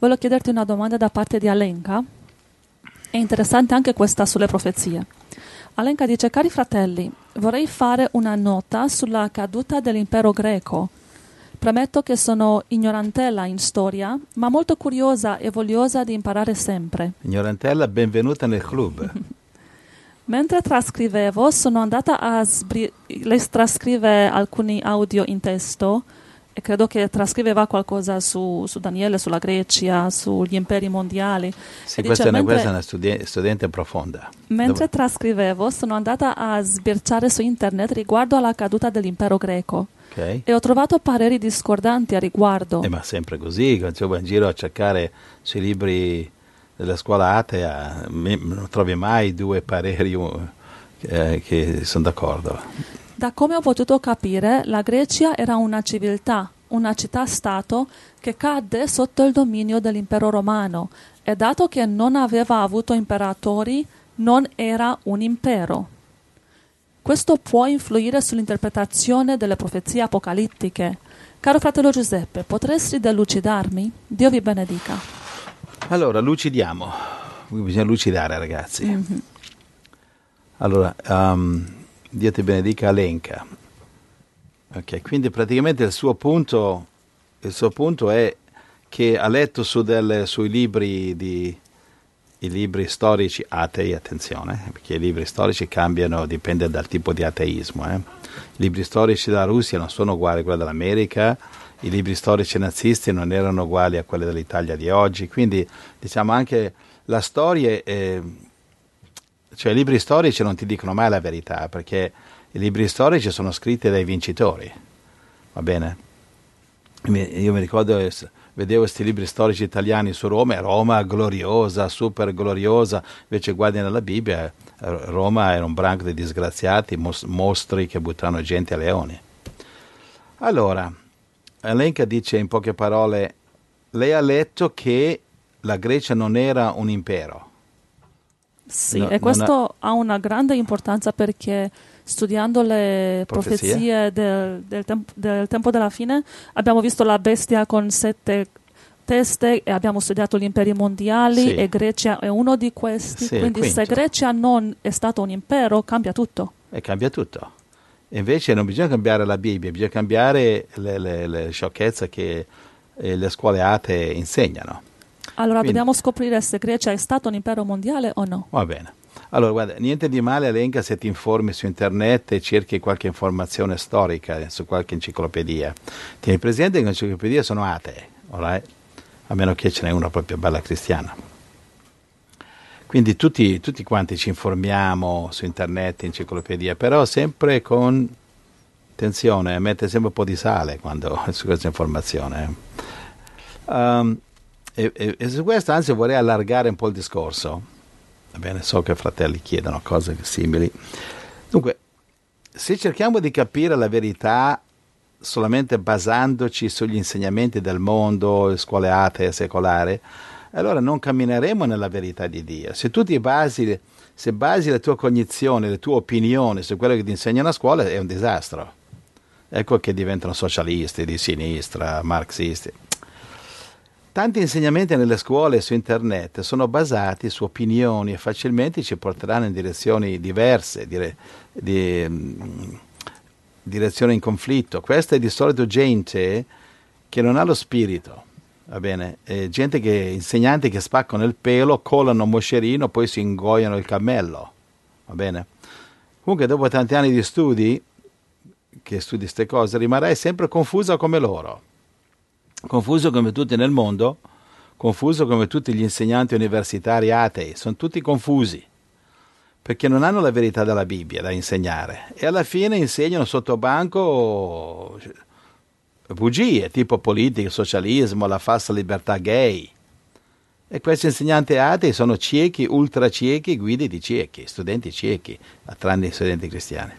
Voglio chiederti una domanda da parte di Alenka. È interessante anche questa sulle profezie. Alenka dice: cari fratelli, vorrei fare una nota sulla caduta dell'impero greco. Premetto che sono ignorantella in storia, ma molto curiosa e vogliosa di imparare sempre. Ignorantella, benvenuta nel club. Mentre trascrivevo, sono andata lei trascrive alcuni audio in testo e credo che trascriveva qualcosa su Daniele, sulla Grecia, sugli imperi mondiali. Sì, questa è una studente profonda. Mentre trascrivevo, sono andata a sbirciare su internet riguardo alla caduta dell'impero greco. Okay. E ho trovato pareri discordanti a riguardo. Ma sempre così, quando vai in giro a cercare sui libri della scuola atea, non trovi mai due pareri che sono d'accordo. Da come ho potuto capire, la Grecia era una civiltà, una città-stato che cadde sotto il dominio dell'impero romano e dato che non aveva avuto imperatori, non era un impero. Questo può influire sull'interpretazione delle profezie apocalittiche. Caro fratello Giuseppe, potresti delucidarmi? Dio vi benedica. Allora, lucidiamo. Bisogna lucidare, ragazzi. Mm-hmm. Allora, Dio ti benedica, Alenka. Ok, quindi praticamente il suo punto è che ha letto sui libri i libri storici atei, attenzione, perché i libri storici cambiano, dipende dal tipo di ateismo. I libri storici della Russia non sono uguali a quelli dell'America, i libri storici nazisti non erano uguali a quelli dell'Italia di oggi, quindi diciamo anche la storia, cioè i libri storici non ti dicono mai la verità, perché i libri storici sono scritti dai vincitori, va bene? Io mi ricordo, vedevo questi libri storici italiani su Roma gloriosa, super gloriosa, invece guardi nella Bibbia, Roma era un branco di disgraziati, mostri che buttano gente a leoni. Allora, Alenka dice in poche parole, lei ha letto che la Grecia non era un impero. Sì, e questo ha una grande importanza perché studiando le profezie del tempo della fine abbiamo visto la bestia con 7 teste e abbiamo studiato gli imperi mondiali, sì. E Grecia è uno di questi, sì, quindi se Grecia non è stato un impero cambia tutto. E cambia tutto. E invece non bisogna cambiare la Bibbia, bisogna cambiare le sciocchezze che le scuole atee insegnano. Allora dobbiamo scoprire se Grecia è stato un impero mondiale o no. Va bene. Allora, guarda, niente di male, Alenka, se ti informi su internet e cerchi qualche informazione storica su qualche enciclopedia. Tieni presente che le enciclopedie sono atee, right? A meno che ce n'è una proprio bella cristiana. Quindi tutti quanti ci informiamo su internet, enciclopedia, però sempre con attenzione, mette sempre un po' di sale su questa informazione. E su questo anzi vorrei allargare un po' il discorso. Va bene, so che fratelli chiedono cose simili. Dunque, se cerchiamo di capire la verità solamente basandoci sugli insegnamenti del mondo, scuole atee, secolari, allora non cammineremo nella verità di Dio. Se basi la tua cognizione, le tue opinioni su quello che ti insegnano a scuola, è un disastro. Ecco che diventano socialisti, di sinistra, marxisti. Tanti insegnamenti nelle scuole su internet sono basati su opinioni e facilmente ci porteranno in direzioni diverse, direzioni in conflitto. Questa è di solito gente che non ha lo spirito, va bene? Insegnanti che spaccano il pelo, colano un moscerino, poi si ingoiano il cammello, va bene? Comunque dopo tanti anni di studi, che studi queste cose, rimarrai sempre confuso come loro. Confuso come tutti nel mondo, confuso come tutti gli insegnanti universitari atei, sono tutti confusi, perché non hanno la verità della Bibbia da insegnare e alla fine insegnano sotto banco bugie, tipo politica, socialismo, la falsa libertà gay. E questi insegnanti atei sono ciechi, ultra ciechi, guide di ciechi, studenti ciechi, tranne gli studenti cristiani.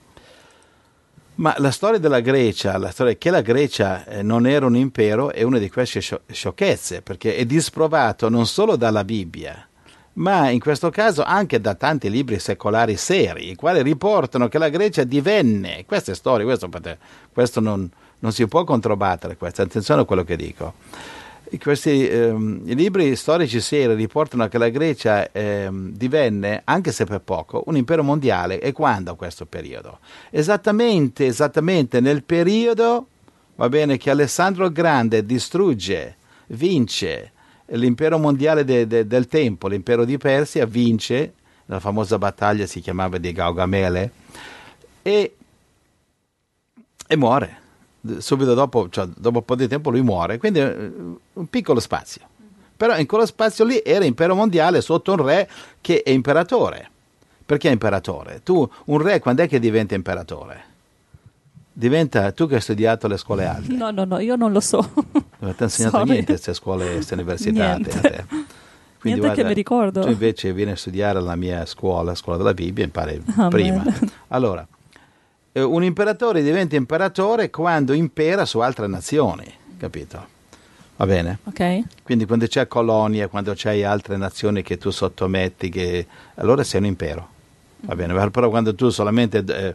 Ma la storia della Grecia, la storia che la Grecia non era un impero, è una di queste sciocchezze, perché è disprovato non solo dalla Bibbia, ma in questo caso anche da tanti libri secolari seri, i quali riportano che la Grecia divenne, queste storie, questo non si può controbattere, attenzione a quello che dico, I libri storici seri riportano che la Grecia divenne, anche se per poco, un impero mondiale. E quando questo periodo? Esattamente nel periodo, va bene, che Alessandro il Grande vince l'impero mondiale del tempo, l'impero di Persia, vince, la famosa battaglia si chiamava di Gaugamele, e muore. Subito dopo, cioè dopo un po' di tempo lui muore, quindi un piccolo spazio. Però in quello spazio lì era impero mondiale sotto un re che è imperatore. Perché è imperatore? Un re quando è che diventa imperatore? Diventa, tu che hai studiato le scuole alte. No, io non lo so. Non ti ha insegnato niente queste scuole, queste università. Niente. A te. Quindi, Niente che mi ricordo. Tu invece vieni a studiare alla mia scuola della Bibbia, impari prima. Allora, un imperatore diventa imperatore quando impera su altre nazioni, capito? Va bene? Ok. Quindi quando c'è colonia, quando c'hai altre nazioni che tu sottometti, allora sei un impero. Va bene? Però quando tu solamente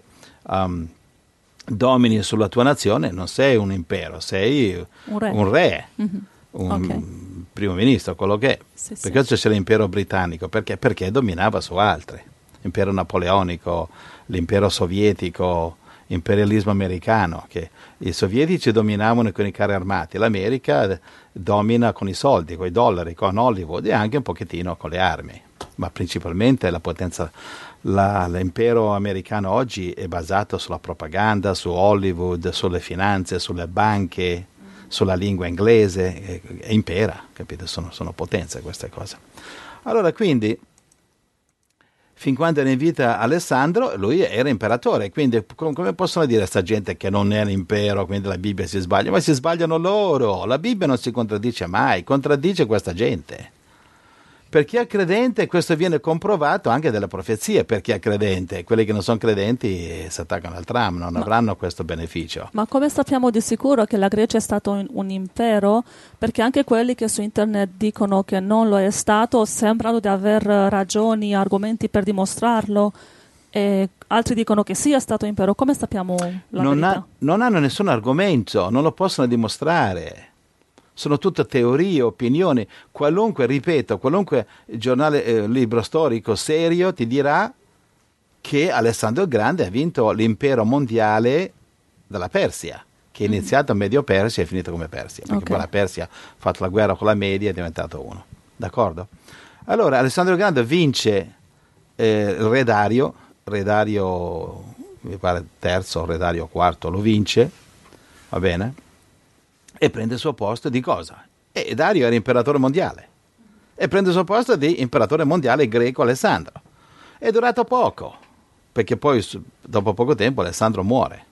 domini sulla tua nazione, non sei un impero, sei un re, un primo ministro, quello che è. Sì, per questo c'è l'impero britannico, perché dominava su altri. L'impero napoleonico, l'impero sovietico, imperialismo americano, che i sovietici dominavano con i carri armati, l'America domina con i soldi, con i dollari, con Hollywood e anche un pochettino con le armi, ma principalmente la potenza, l'impero americano oggi è basato sulla propaganda, su Hollywood, sulle finanze, sulle banche, sulla lingua inglese, e impera, capite? Sono potenze queste cose. Allora quindi fin quando era in vita Alessandro, lui era imperatore, quindi come possono dire a sta gente che non era impero, quindi la Bibbia si sbaglia? Ma si sbagliano loro, la Bibbia non si contraddice mai, contraddice questa gente. Per chi è credente questo viene comprovato anche dalle profezie, per chi è credente, quelli che non sono credenti si attaccano al tram, non avranno questo beneficio. Ma come sappiamo di sicuro che la Grecia è stato un impero? Perché anche quelli che su internet dicono che non lo è stato sembrano di aver ragioni, argomenti per dimostrarlo, e altri dicono che sì è stato impero. Come sappiamo la verità? Non hanno nessun argomento, non lo possono dimostrare. Sono tutte teorie, opinioni. Qualunque giornale, libro storico serio ti dirà che Alessandro il Grande ha vinto l'impero mondiale della Persia, che è iniziato a Medio Persia e è finito come Persia, perché poi la Persia ha fatto la guerra con la Media e è diventato uno. D'accordo? Allora Alessandro il Grande vince il re Dario, mi pare terzo, re Dario quarto, lo vince, va bene? E prende il suo posto di cosa? E Dario era imperatore mondiale. E prende il suo posto di imperatore mondiale greco Alessandro. È durato poco, perché poi dopo poco tempo Alessandro muore.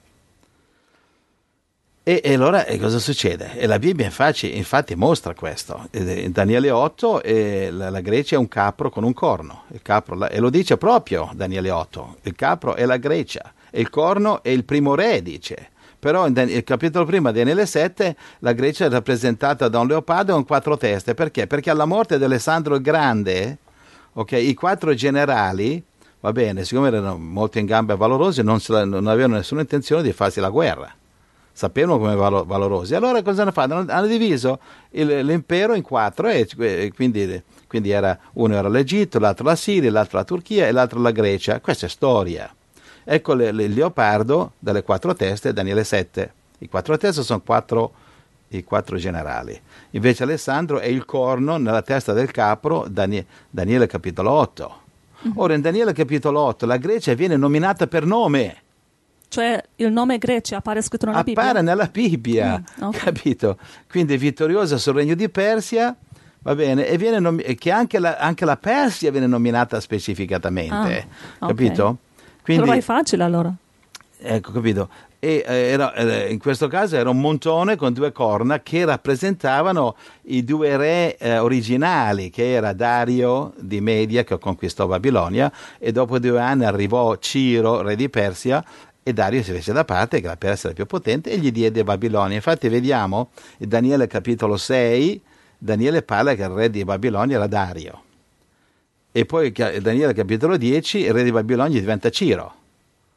E allora cosa succede? E la Bibbia infatti mostra questo. In Daniele 8 la Grecia è un capro con un corno. E lo dice proprio Daniele 8. Il capro è la Grecia e il corno è il primo re, dice. Però nel capitolo prima, Daniele 7, la Grecia è rappresentata da un leopardo con 4 teste. Perché? Perché alla morte di Alessandro il Grande, i 4 generali, va bene, siccome erano molto in gamba e valorosi, non avevano nessuna intenzione di farsi la guerra. Sapevano come valorosi. Allora cosa hanno fatto? Hanno diviso l'impero in 4 e quindi uno era l'Egitto, l'altro la Siria, l'altro la Turchia e l'altro la Grecia. Questa è storia. Ecco il leopardo dalle 4 teste, Daniele 7. I 4 teste sono i 4 generali. Invece Alessandro è il corno nella testa del capro, Daniele capitolo 8. Ora in Daniele capitolo 8 la Grecia viene nominata per nome. Cioè il nome Grecia appare scritto nella Bibbia? Appare nella Bibbia, capito? Quindi è vittoriosa sul regno di Persia, va bene, e che anche la Persia viene nominata specificatamente, capito? Quindi, però è facile allora. Ecco, capito? E in questo caso era un montone con 2 corna che rappresentavano i 2 re originali, che era Dario di Media che conquistò Babilonia, e dopo 2 anni arrivò Ciro, re di Persia, e Dario si fece da parte, che la Persia era più potente, e gli diede Babilonia. Infatti vediamo in Daniele capitolo 6, Daniele parla che il re di Babilonia era Dario. E poi Daniele capitolo 10, il re di Babilonia diventa Ciro,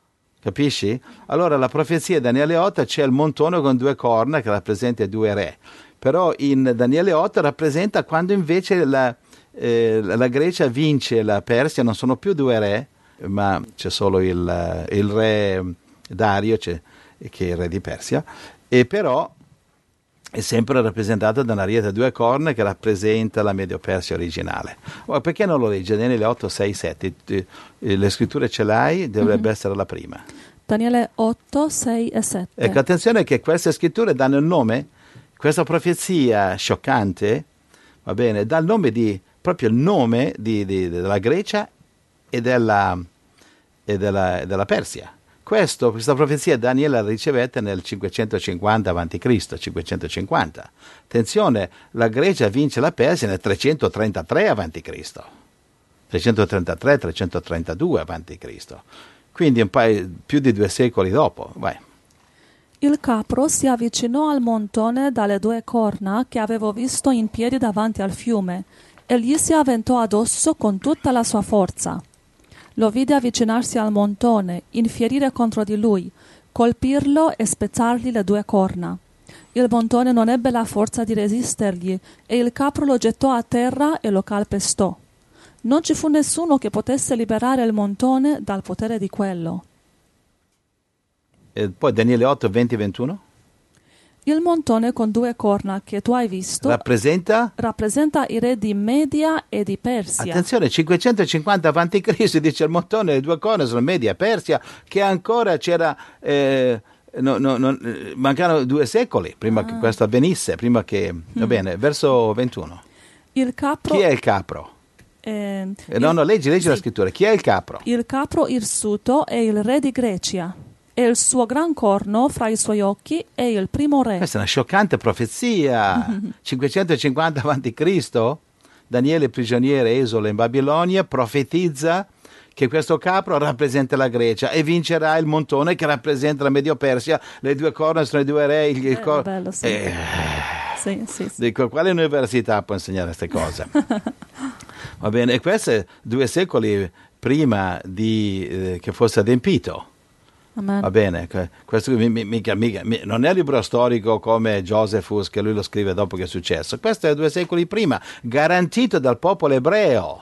Capisci? Allora la profezia di Daniele 8 c'è il montone con 2 corna che rappresenta i 2 re, però in Daniele 8 rappresenta quando invece la Grecia vince la Persia, non sono più 2 re, ma c'è solo il re Dario, che è il re di Persia, e però è sempre rappresentato da una ariete a 2 corna che rappresenta la Medio-Persia originale. Perché non lo legge? Daniele 8, 6, 7. Le scritture ce l'hai, dovrebbe essere la prima. Daniele 8, 6 e 7. Ecco, attenzione che queste scritture danno il nome, questa profezia scioccante, va bene, dà il nome proprio il nome della Grecia e della Persia. Questa profezia Daniele la ricevette nel 550 a.C., 550. Attenzione, la Grecia vince la Persia nel 333 a.C., 333-332 a.C., quindi più di 2 secoli dopo. Vai. Il capro si avvicinò al montone dalle 2 corna che avevo visto in piedi davanti al fiume e gli si avventò addosso con tutta la sua forza. Lo vide avvicinarsi al montone, infierire contro di lui, colpirlo e spezzargli le 2 corna. Il montone non ebbe la forza di resistergli e il capro lo gettò a terra e lo calpestò. Non ci fu nessuno che potesse liberare il montone dal potere di quello. E poi Daniele 8, 20-21? Il montone con 2 corna che tu hai visto rappresenta i re di Media e di Persia. Attenzione, 550 a.C. dice il montone, le 2 corna sono Media e Persia, che ancora c'era, mancano 2 secoli prima che questo avvenisse, prima che, va bene, verso 21. Il capro, chi è il capro? Leggi sì. La scrittura, chi è il capro? Il capro irsuto è il re di Grecia. E il suo gran corno fra i suoi occhi è il primo re. Questa è una scioccante profezia. 550 a.C., Daniele prigioniere esule in Babilonia profetizza che questo capro rappresenta la Grecia e vincerà il montone che rappresenta la Medio-Persia. Le 2 corna sono i 2 re. Bello, sì. Sì. Dico, quale università può insegnare queste cose? Va bene, e questo è 2 secoli prima che fosse adempito. Amen. Va bene, questo non è un libro storico come Josephus, che lui lo scrive dopo che è successo. Questo è 2 secoli prima, garantito dal popolo ebreo.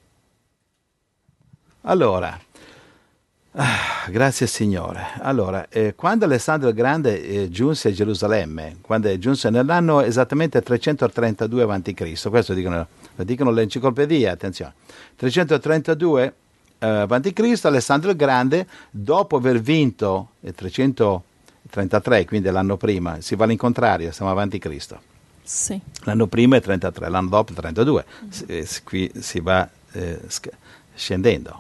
Allora, grazie Signore. Allora, quando Alessandro il Grande giunse a Gerusalemme, quando giunse nell'anno esattamente 332 a.C., questo lo dicono le enciclopedie, attenzione, 332 a.C., Alessandro il Grande, dopo aver vinto il 333, quindi l'anno prima, si va all'incontrario, siamo avanti Cristo. Sì. L'anno prima è 33, l'anno dopo è 32. Qui si va scendendo.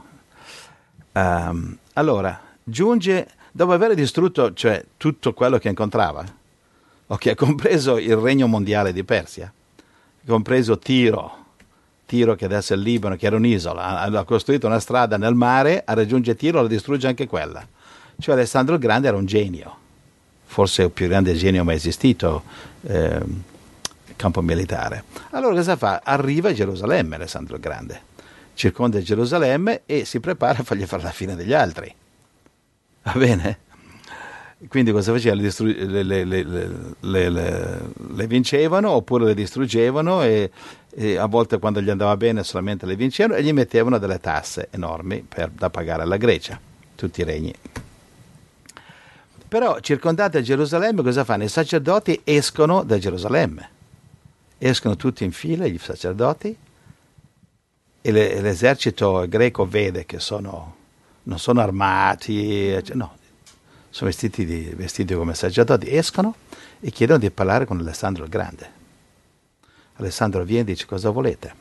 Allora, giunge, dopo aver distrutto, cioè, tutto quello che incontrava, compreso il regno mondiale di Persia, compreso Tiro che adesso è il Libano, che era un'isola, ha costruito una strada nel mare, a raggiungere Tiro, la distrugge anche quella. Cioè Alessandro il Grande era un genio, forse il più grande genio mai esistito in campo militare. Allora cosa fa? Arriva a Gerusalemme Alessandro il Grande, circonda Gerusalemme e si prepara a fargli fare la fine degli altri. Va bene? Quindi cosa faceva? Le vincevano oppure le distruggevano e a volte quando gli andava bene solamente le vincevano e gli mettevano delle tasse enormi da pagare alla Grecia, tutti i regni. Però circondati a Gerusalemme cosa fanno? I sacerdoti escono da Gerusalemme, escono tutti in fila i sacerdoti e l'esercito greco vede che non sono armati, no, sono vestiti come sacerdoti, escono e chiedono di parlare con Alessandro il Grande. Alessandro viene e dice: cosa volete?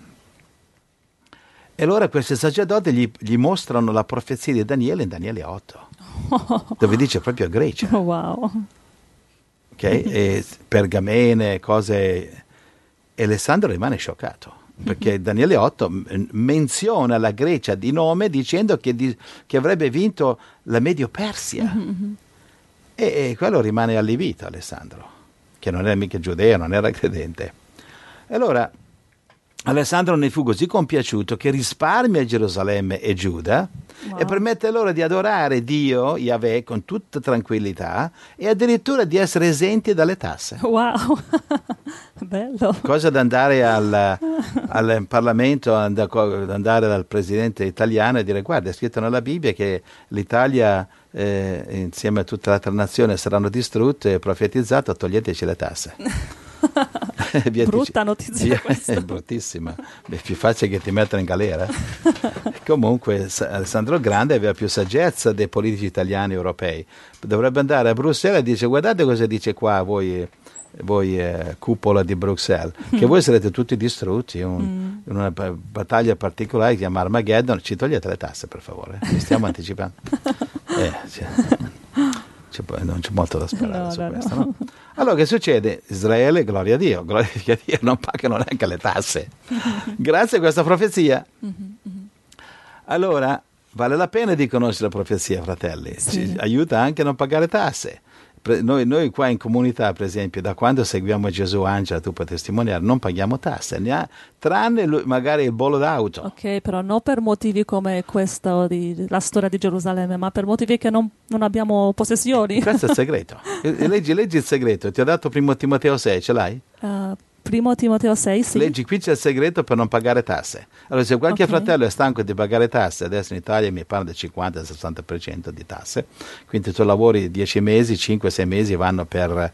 E allora questi sacerdoti gli mostrano la profezia di Daniele in Daniele 8, dove dice proprio Grecia. Wow. Okay? E pergamene, cose. E Alessandro rimane scioccato, perché Daniele 8 menziona la Grecia di nome dicendo che avrebbe vinto la Medio-Persia. E quello rimane allibito Alessandro, che non era mica giudeo, non era credente. E allora Alessandro ne fu così compiaciuto che risparmia Gerusalemme e Giuda e permette loro di adorare Dio, Yahweh, con tutta tranquillità e addirittura di essere esenti dalle tasse. Wow, bello. Cosa da andare al Parlamento, andare dal presidente italiano e dire: guarda, è scritto nella Bibbia che l'Italia insieme a tutte le altre nazioni saranno distrutte, e profetizzato, toglieteci le tasse. Brutta notizia questa. È bruttissima. È più facile che ti mettano in galera. Comunque Alessandro il Grande aveva più saggezza dei politici italiani e europei. Dovrebbe andare a Bruxelles e dice: guardate cosa dice qua voi cupola di Bruxelles, che voi sarete tutti distrutti in una battaglia particolare che si chiama Armageddon. Ci togliete le tasse, per favore, mi stiamo anticipando. Non c'è molto da sperare su questo, no? Allora che succede? Israele, gloria a Dio, non pagano neanche le tasse grazie a questa profezia. Allora vale la pena di conoscere la profezia, fratelli. Sì. Ci aiuta anche a non pagare tasse. Noi qua in comunità, per esempio, da quando seguiamo Gesù, Angela, tu puoi testimoniare, non paghiamo tasse, tranne magari il bollo d'auto. Ok, però non per motivi come questo, la storia di Gerusalemme, ma per motivi che non abbiamo possessioni. Questo è il segreto. Leggi il segreto. Ti ho dato 1 Timoteo 6, ce l'hai? 1 Timoteo 6, sì. Leggi, qui c'è il segreto per non pagare tasse. Allora, se qualche fratello è stanco di pagare tasse, adesso in Italia mi parla del 50-60% di tasse, quindi tu lavori 10 mesi, 5-6 mesi vanno per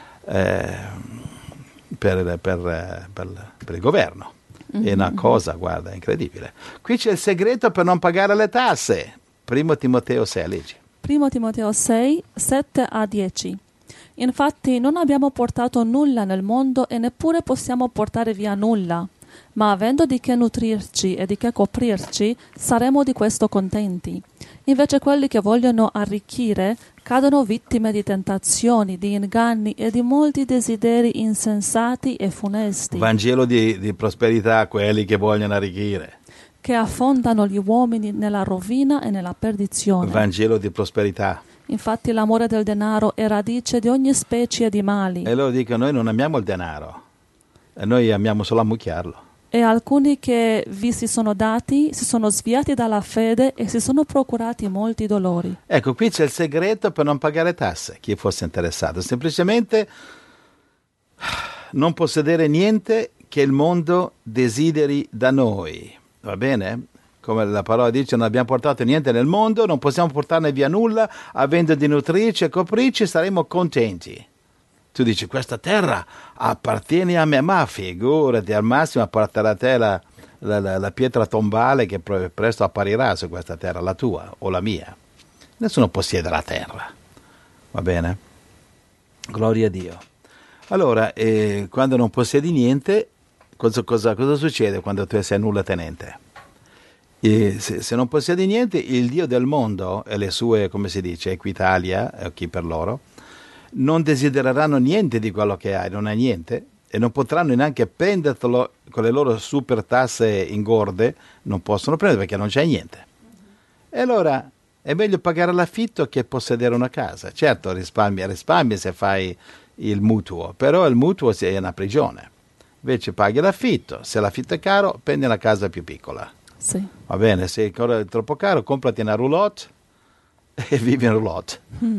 il governo. È una cosa, guarda, incredibile. Qui c'è il segreto per non pagare le tasse. 1 Timoteo 6, leggi. 1 Timoteo 6, 7-10. Infatti non abbiamo portato nulla nel mondo e neppure possiamo portare via nulla, ma avendo di che nutrirci e di che coprirci, saremo di questo contenti. Invece quelli che vogliono arricchire cadono vittime di tentazioni, di inganni e di molti desideri insensati e funesti. Vangelo di prosperità a quelli che vogliono arricchire. Che affondano gli uomini nella rovina e nella perdizione. Vangelo di prosperità. Infatti l'amore del denaro è radice di ogni specie di mali. E loro dicono: noi non amiamo il denaro, noi amiamo solo ammucchiarlo. E alcuni che vi si sono dati si sono sviati dalla fede e si sono procurati molti dolori. Ecco, qui c'è il segreto per non pagare tasse, chi fosse interessato. Semplicemente non possedere niente che il mondo desideri da noi, va bene? Come la parola dice, non abbiamo portato niente nel mondo, non possiamo portarne via nulla, avendo di nutrirci e coprirci saremo contenti. Tu dici: questa terra appartiene a me, ma figurati, al massimo apparterà a te la pietra tombale che presto apparirà su questa terra, la tua o la mia. Nessuno possiede la terra, va bene? Gloria a Dio. Allora, quando non possiedi niente, cosa succede quando tu sei nulla tenente? Se non possiedi niente, il Dio del mondo e le sue, come si dice, Equitalia, chi per loro, non desidereranno niente di quello che hai, non hai niente, e non potranno neanche prendertelo con le loro super tasse ingorde, non possono prendere perché non c'è niente. E allora è meglio pagare l'affitto che possedere una casa. Certo, risparmi se fai il mutuo, però il mutuo è una prigione. Invece paghi l'affitto, se l'affitto è caro, prendi una casa più piccola. Sì. Va bene, se è troppo caro, comprati una roulotte e vivi in roulotte.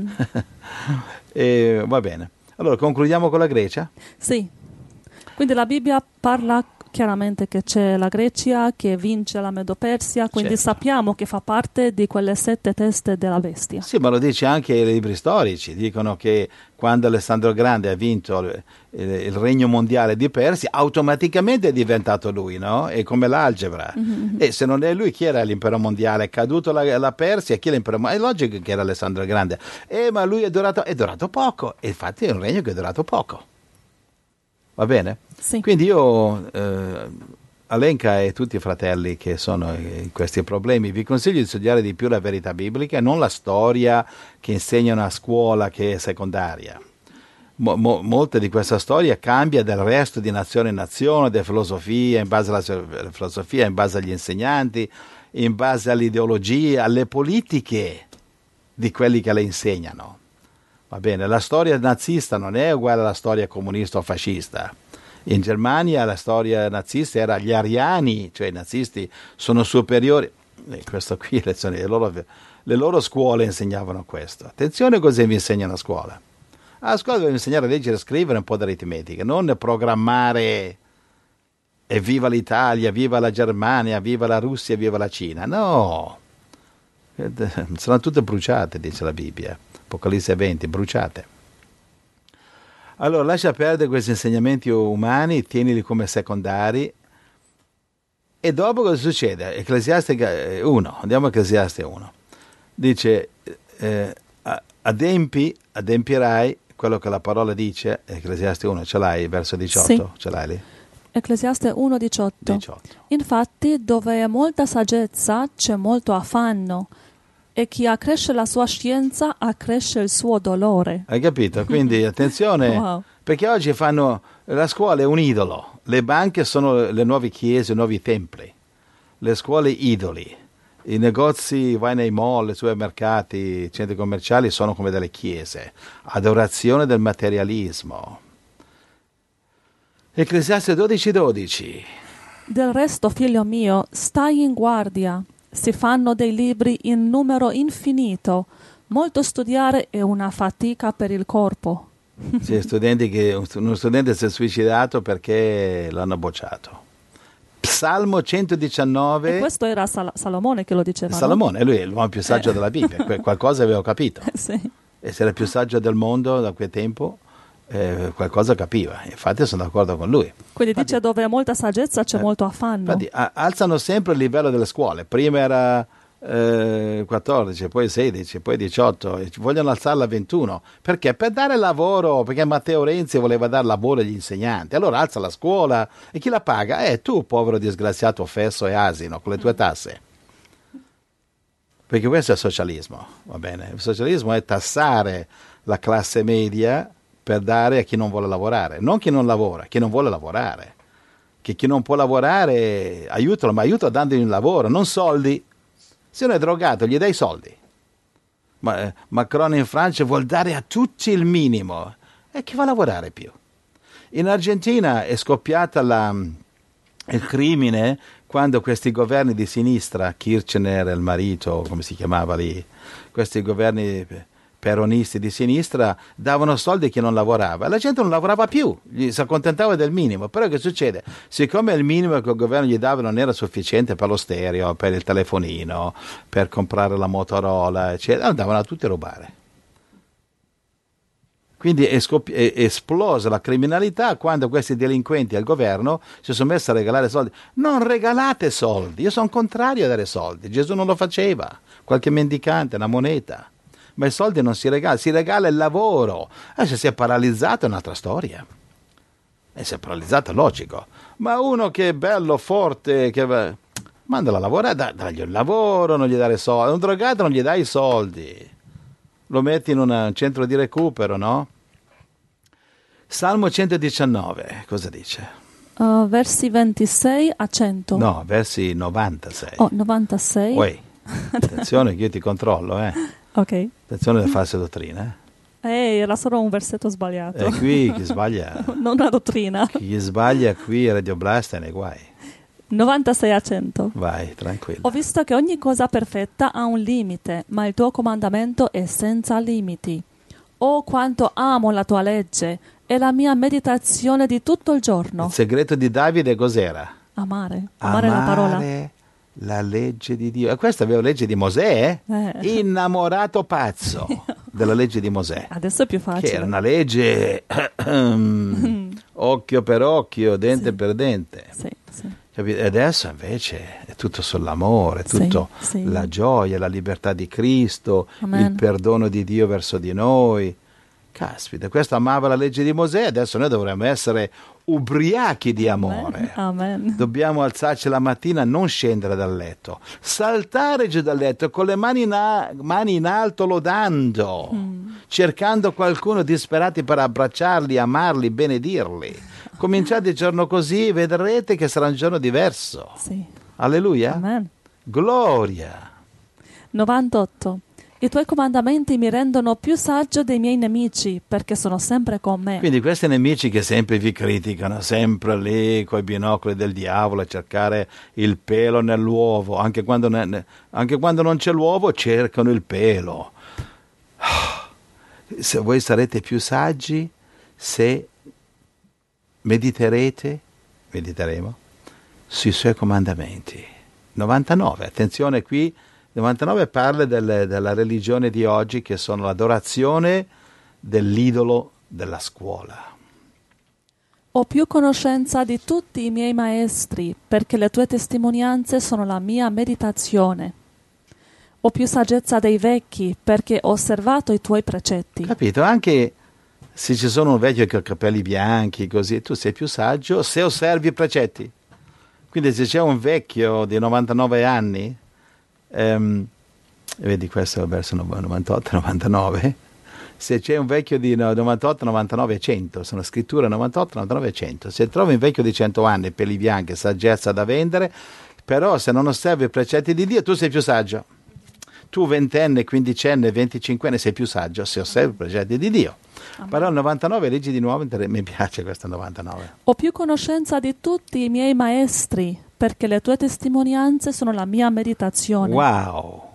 E va bene. Allora, concludiamo con la Grecia? Sì. Quindi la Bibbia parla chiaramente che c'è la Grecia che vince la Medo-Persia, quindi certo, sappiamo che fa parte di quelle 7 teste della bestia. Sì, ma lo dice anche i libri storici, dicono che quando Alessandro il Grande ha vinto il regno mondiale di Persia, automaticamente è diventato lui, no? È come l'algebra. E se non è lui, chi era l'impero mondiale? È caduto la Persia, chi è l'impero mondiale? È logico che era Alessandro il Grande. Ma lui è durato poco, e infatti è un regno che è durato poco. Va bene? Sì. Quindi io, Alenka e tutti i fratelli che sono in questi problemi, vi consiglio di studiare di più la verità biblica e non la storia che insegnano a scuola, che è secondaria. Molte di questa storia cambia del resto di nazione in nazione, della filosofia, in base alla filosofia, in base agli insegnanti, in base all'ideologia, alle politiche di quelli che le insegnano. Va bene, la storia nazista non è uguale alla storia comunista o fascista. In Germania la storia nazista era gli ariani, cioè i nazisti sono superiori. E questo qui, le loro scuole insegnavano questo. Attenzione cosa vi insegnano a scuola. A scuola devono insegnare a leggere e scrivere un po' di aritmetica, non programmare e viva l'Italia, viva la Germania, viva la Russia, viva la Cina. No, saranno tutte bruciate, dice la Bibbia. Apocalisse 20, bruciate. Allora lascia perdere questi insegnamenti umani, tienili come secondari. E dopo cosa succede? Ecclesiaste 1, andiamo a Ecclesiaste 1. Dice, adempirai quello che la parola dice. Ecclesiaste 1, ce l'hai, verso 18? Sì. Ce l'hai lì? Ecclesiaste 1,18. Infatti, dove è molta saggezza, c'è molto affanno, e chi accresce la sua scienza accresce il suo dolore. Hai capito? Quindi attenzione, Wow. perché oggi la scuola è un idolo, le banche sono le nuove chiese, i nuovi templi, le scuole idoli, i negozi, vai nei mall, nei supermercati, i centri commerciali sono come delle chiese, adorazione del materialismo. Ecclesiaste 12:12. Del resto, figlio mio, stai in guardia. Si fanno dei libri in numero infinito. Molto studiare è una fatica per il corpo. C'è uno studente si è suicidato perché l'hanno bocciato. Psalmo 119. E questo era Salomone che lo diceva. Salomone, lui è l'uomo più saggio della Bibbia, qualcosa avevo capito. Sì. E se era il più saggio del mondo da quel tempo, qualcosa capiva. Infatti sono d'accordo con lui. Quindi dice dove è molta saggezza c'è molto affanno. Infatti alzano sempre il livello delle scuole. Prima era 14, poi 16, poi 18, e vogliono alzarla a 21. Perché? Per dare lavoro, perché Matteo Renzi voleva dare lavoro agli insegnanti. Allora alza la scuola e chi la paga? Tu, povero disgraziato, fesso e asino, con le tue tasse. Perché questo è socialismo, va bene? Il socialismo è tassare la classe media per dare a chi non vuole lavorare, non chi non lavora, chi non vuole lavorare. Che chi non può lavorare, aiutalo, ma aiutalo dandogli un lavoro, non soldi. Se uno è drogato, gli dai soldi. Ma Macron in Francia vuol dare a tutti il minimo. E chi va a lavorare più? In Argentina è scoppiata il crimine quando questi governi di sinistra, Kirchner, il marito, come si chiamava lì, questi governi peronisti di sinistra davano soldi a chi non lavorava. La gente non lavorava più, gli si accontentava del minimo. Però che succede? Siccome il minimo che il governo gli dava non era sufficiente per lo stereo, per il telefonino, per comprare la Motorola, eccetera, andavano a tutti a rubare. Quindi è esplosa la criminalità quando questi delinquenti al governo si sono messi a regalare soldi. Non regalate soldi, io sono contrario a dare soldi, Gesù non lo faceva, qualche mendicante, una moneta. Ma i soldi non si regala il lavoro. Se si è paralizzato è un'altra storia. E se è paralizzato è logico. Ma uno che è bello, forte, mandalo a lavorare, dagli un lavoro, non gli dare soldi. Un drogato non gli dai i soldi. Lo metti in un centro di recupero, no? Salmo 119, cosa dice? Versi 26 a 100. No, versi 96. 96. Uè, attenzione che io ti controllo, Ok. Attenzione alle false dottrine. Era solo un versetto sbagliato. E qui chi sbaglia? Non una dottrina. Chi sbaglia qui a Radio Blast è nei guai. 96 a 100. Vai, tranquillo. Ho visto che ogni cosa perfetta ha un limite, ma il tuo comandamento è senza limiti. Oh, quanto amo la tua legge! È la mia meditazione di tutto il giorno. Il segreto di Davide cos'era? Amare la parola. La legge di Dio. E questa aveva la legge di Mosè? Innamorato pazzo della legge di Mosè. Adesso è più facile. Che era una legge occhio per occhio, dente per dente. Sì. E adesso invece è tutto sull'amore, tutto sì. la gioia, la libertà di Cristo, Amen. Il perdono di Dio verso di noi. Caspita, questo amava la legge di Mosè, adesso noi dovremmo essere ubriachi di amore. Amen. Dobbiamo alzarci la mattina, non scendere dal letto, saltare giù dal letto con le mani in alto lodando, cercando qualcuno disperati per abbracciarli, amarli, benedirli. Cominciate il giorno così, vedrete che sarà un giorno diverso. Sì. Alleluia. Amen. Gloria. 98. I tuoi comandamenti mi rendono più saggio dei miei nemici, perché sono sempre con me. Quindi questi nemici che sempre vi criticano, sempre lì coi binocoli del diavolo a cercare il pelo nell'uovo, anche quando non c'è l'uovo cercano il pelo. Se voi sarete più saggi se mediteremo sui suoi comandamenti. 99, attenzione qui, 99 parla della religione di oggi, che sono l'adorazione dell'idolo della scuola. Ho più conoscenza di tutti i miei maestri, perché le tue testimonianze sono la mia meditazione. Ho più saggezza dei vecchi, perché ho osservato i tuoi precetti. Capito? Anche se ci sono un vecchio che ha capelli bianchi, così, tu sei più saggio se osservi i precetti. Quindi se c'è un vecchio di 99 anni, vedi questo è il verso 98-99, se c'è un vecchio di 98, 99 e 100, sono scritture 98, 99 e 100, se trovi un vecchio di 100 anni, peli bianchi, saggezza da vendere, però se non osservi i precetti di Dio tu sei più saggio. Tu ventenne, quindicenne, 25enne sei più saggio se osservi i precetti di Dio. Però il 99 leggi di nuovo, mi piace questo 99. Ho più conoscenza di tutti i miei maestri, perché le tue testimonianze sono la mia meditazione. Wow!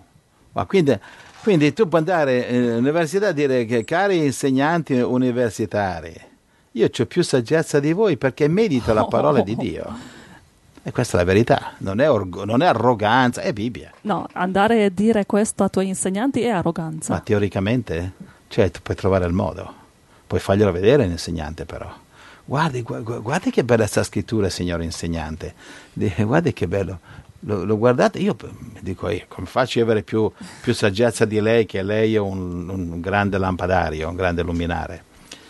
Quindi tu puoi andare all'università a dire che, cari insegnanti universitari, io ho più saggezza di voi perché medito la parola di Dio. E questa è la verità, non è arroganza, è Bibbia. No, andare a dire questo ai tuoi insegnanti è arroganza. Ma teoricamente, cioè tu puoi trovare il modo, puoi farglielo vedere l'insegnante però. Guardi che bella sta scrittura, signore insegnante, guardi che bello. Lo guardate, io dico, come faccio ad avere più saggezza di lei, che lei è un grande lampadario, un grande luminare.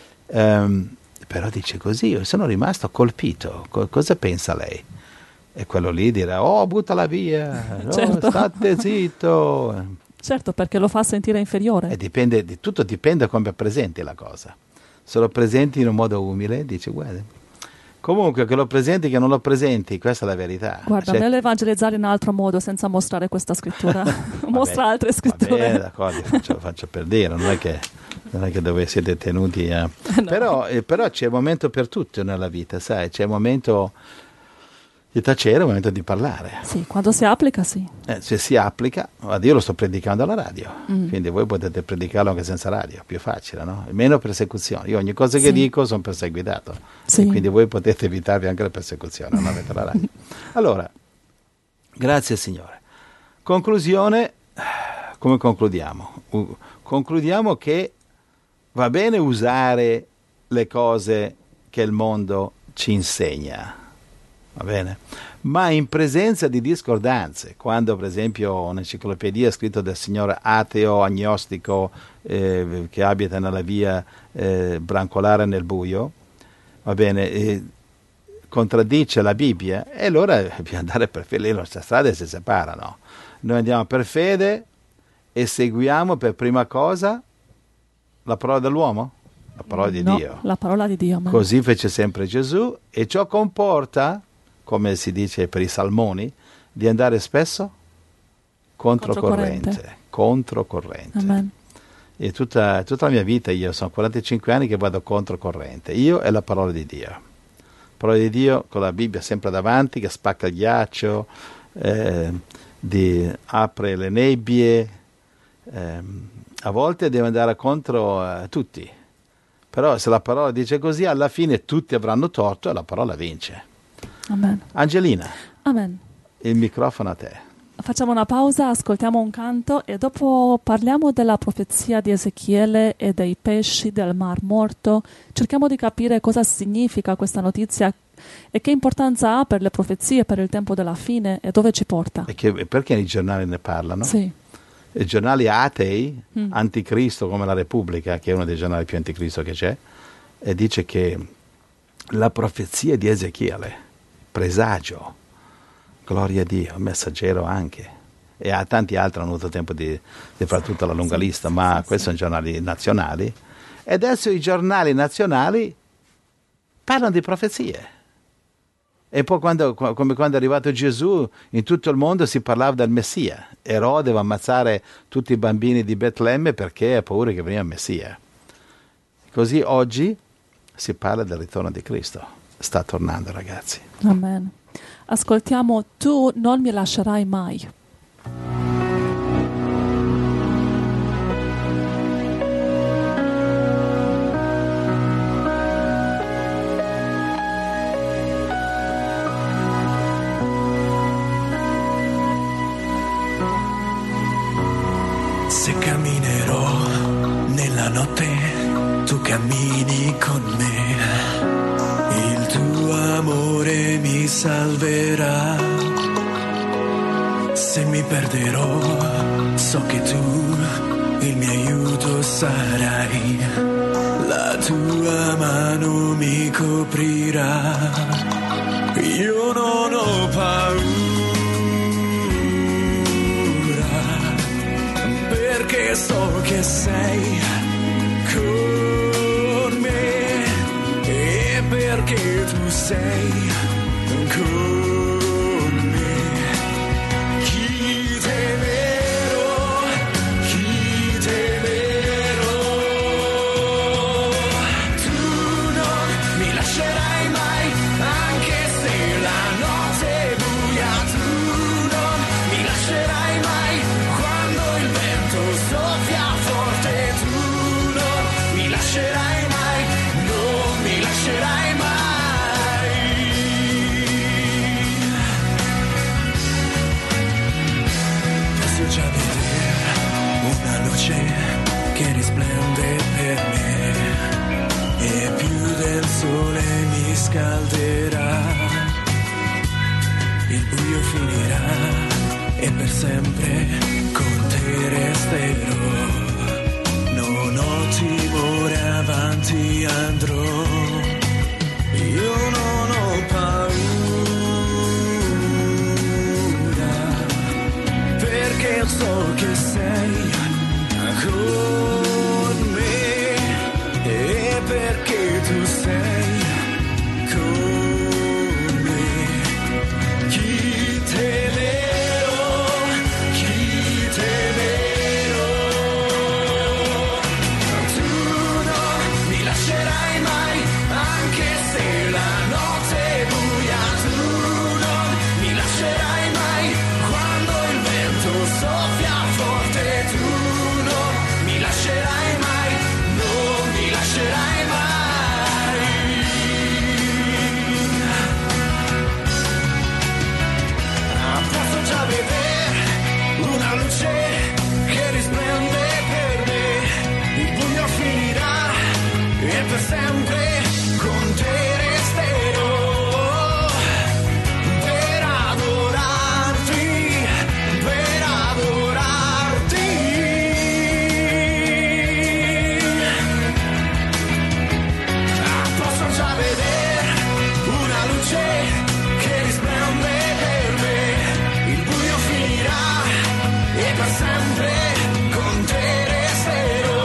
Però dice così, io sono rimasto colpito, cosa pensa lei? E quello lì dirà, buttala via, Certo. State zitto. Certo, perché lo fa sentire inferiore. E tutto dipende come presenti la cosa. Se lo presenti in un modo umile, dice, guarda. Comunque, che lo presenti, che non lo presenti, questa è la verità. Guarda, meglio evangelizzare in altro modo senza mostrare questa scrittura. Mostra altre scritture. Va bene, d'accordo, faccio per dire, non è che dove siete tenuti a... No. Però c'è un momento per tutto nella vita, sai, c'è un momento di tacere, un momento di parlare. Sì, quando si applica, sì. Se si applica, io lo sto predicando alla radio, quindi voi potete predicarlo anche senza radio, più facile, no? Meno persecuzioni. Io ogni cosa che dico sono perseguitato, sì. E quindi voi potete evitarvi anche la persecuzione, non avete la radio. Allora, grazie Signore. Conclusione, come concludiamo? Concludiamo che va bene usare le cose che il mondo ci insegna, va bene? Ma in presenza di discordanze, quando per esempio un'enciclopedia scritta dal signor ateo, agnostico, che abita nella via brancolare nel buio, va bene, contraddice la Bibbia, e allora bisogna andare per fede, le nostre strade si separano. Noi andiamo per fede e seguiamo per prima cosa la parola dell'uomo? La parola di Dio. La parola di Dio. Ma... Così fece sempre Gesù, e ciò comporta, come si dice per i salmoni, di andare spesso controcorrente. Amen. E tutta la mia vita, io sono 45 anni che vado controcorrente, io e la parola di Dio. La parola di Dio con la Bibbia sempre davanti, che spacca il ghiaccio, apre le nebbie, a volte devo andare contro tutti, però se la parola dice così, alla fine tutti avranno torto e la parola vince. Amen. Angelina, Amen. il microfono a te. Facciamo una pausa, ascoltiamo un canto e dopo parliamo della profezia di Ezechiele e dei pesci del Mar Morto. Cerchiamo di capire cosa significa questa notizia e che importanza ha per le profezie, per il tempo della fine e dove ci porta. Perché i giornali ne parlano? Sì. I giornali atei, anticristo come la Repubblica, che è uno dei giornali più anticristo che c'è, e dice che la profezia di Ezechiele, presagio, gloria a Dio, messaggero anche, e a tanti altri hanno avuto tempo di fare tutta la lunga lista, ma questi sono giornali nazionali, e adesso i giornali nazionali parlano di profezie. E poi come quando è arrivato Gesù, in tutto il mondo si parlava del Messia. Erode deve ammazzare tutti i bambini di Betlemme perché ha paura che veniva il Messia. Così oggi si parla del ritorno di Cristo. Sta tornando, ragazzi. Amen. Ascoltiamo Tu non mi lascerai mai. Se camminerò nella notte, tu cammini con me, il tuo amore mi salverà. Se mi perderò, so che tu il mio aiuto sarai, la tua mano mi coprirà. Io non ho paura, perché so che sei con me e perché tu sei con me. Chi temerò, tu non mi lascerai mai, anche se la notte è buia, tu non mi lascerai mai, quando il vento soffia forte, tu non mi lascerai mai, non mi lascerai mai. Posso già vedere una luce che risplende per me e più del sole mi scalderà. Il buio finirà e per sempre con te resterò. Non ho timore, avanti andrò. Io non ho paura, perché so che sei con me e perché tu sei con me. Chi temerò, tu non mi lascerai mai, anche se la notte è buia, tu non mi lascerai mai, quando il vento soffia forte, tu non mi lascerai mai, non mi lascerai mai. Posso già vedere una luce che risplende per me, il buio finirà e per sempre con te resterò, per adorarti, per adorarti. Posso già vedere una luce che risplende per me, il buio finirà e per sempre con te resterò,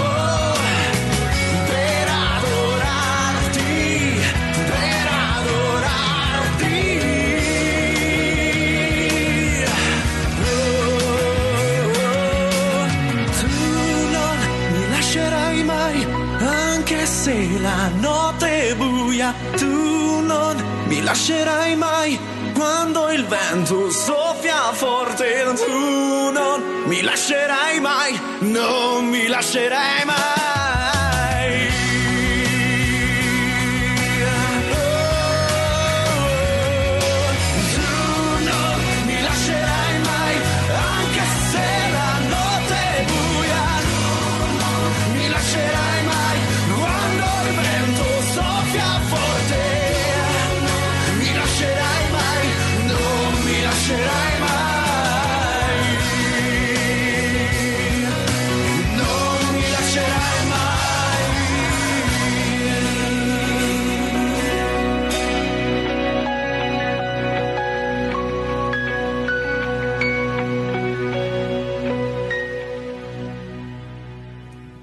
per adorarti, per adorarti. Tu non mi lascerai mai, anche se la notte è buia, tu non mi lascerai mai, quando il vento soffia forte, tu non mi lascerai mai, non mi lascerai mai.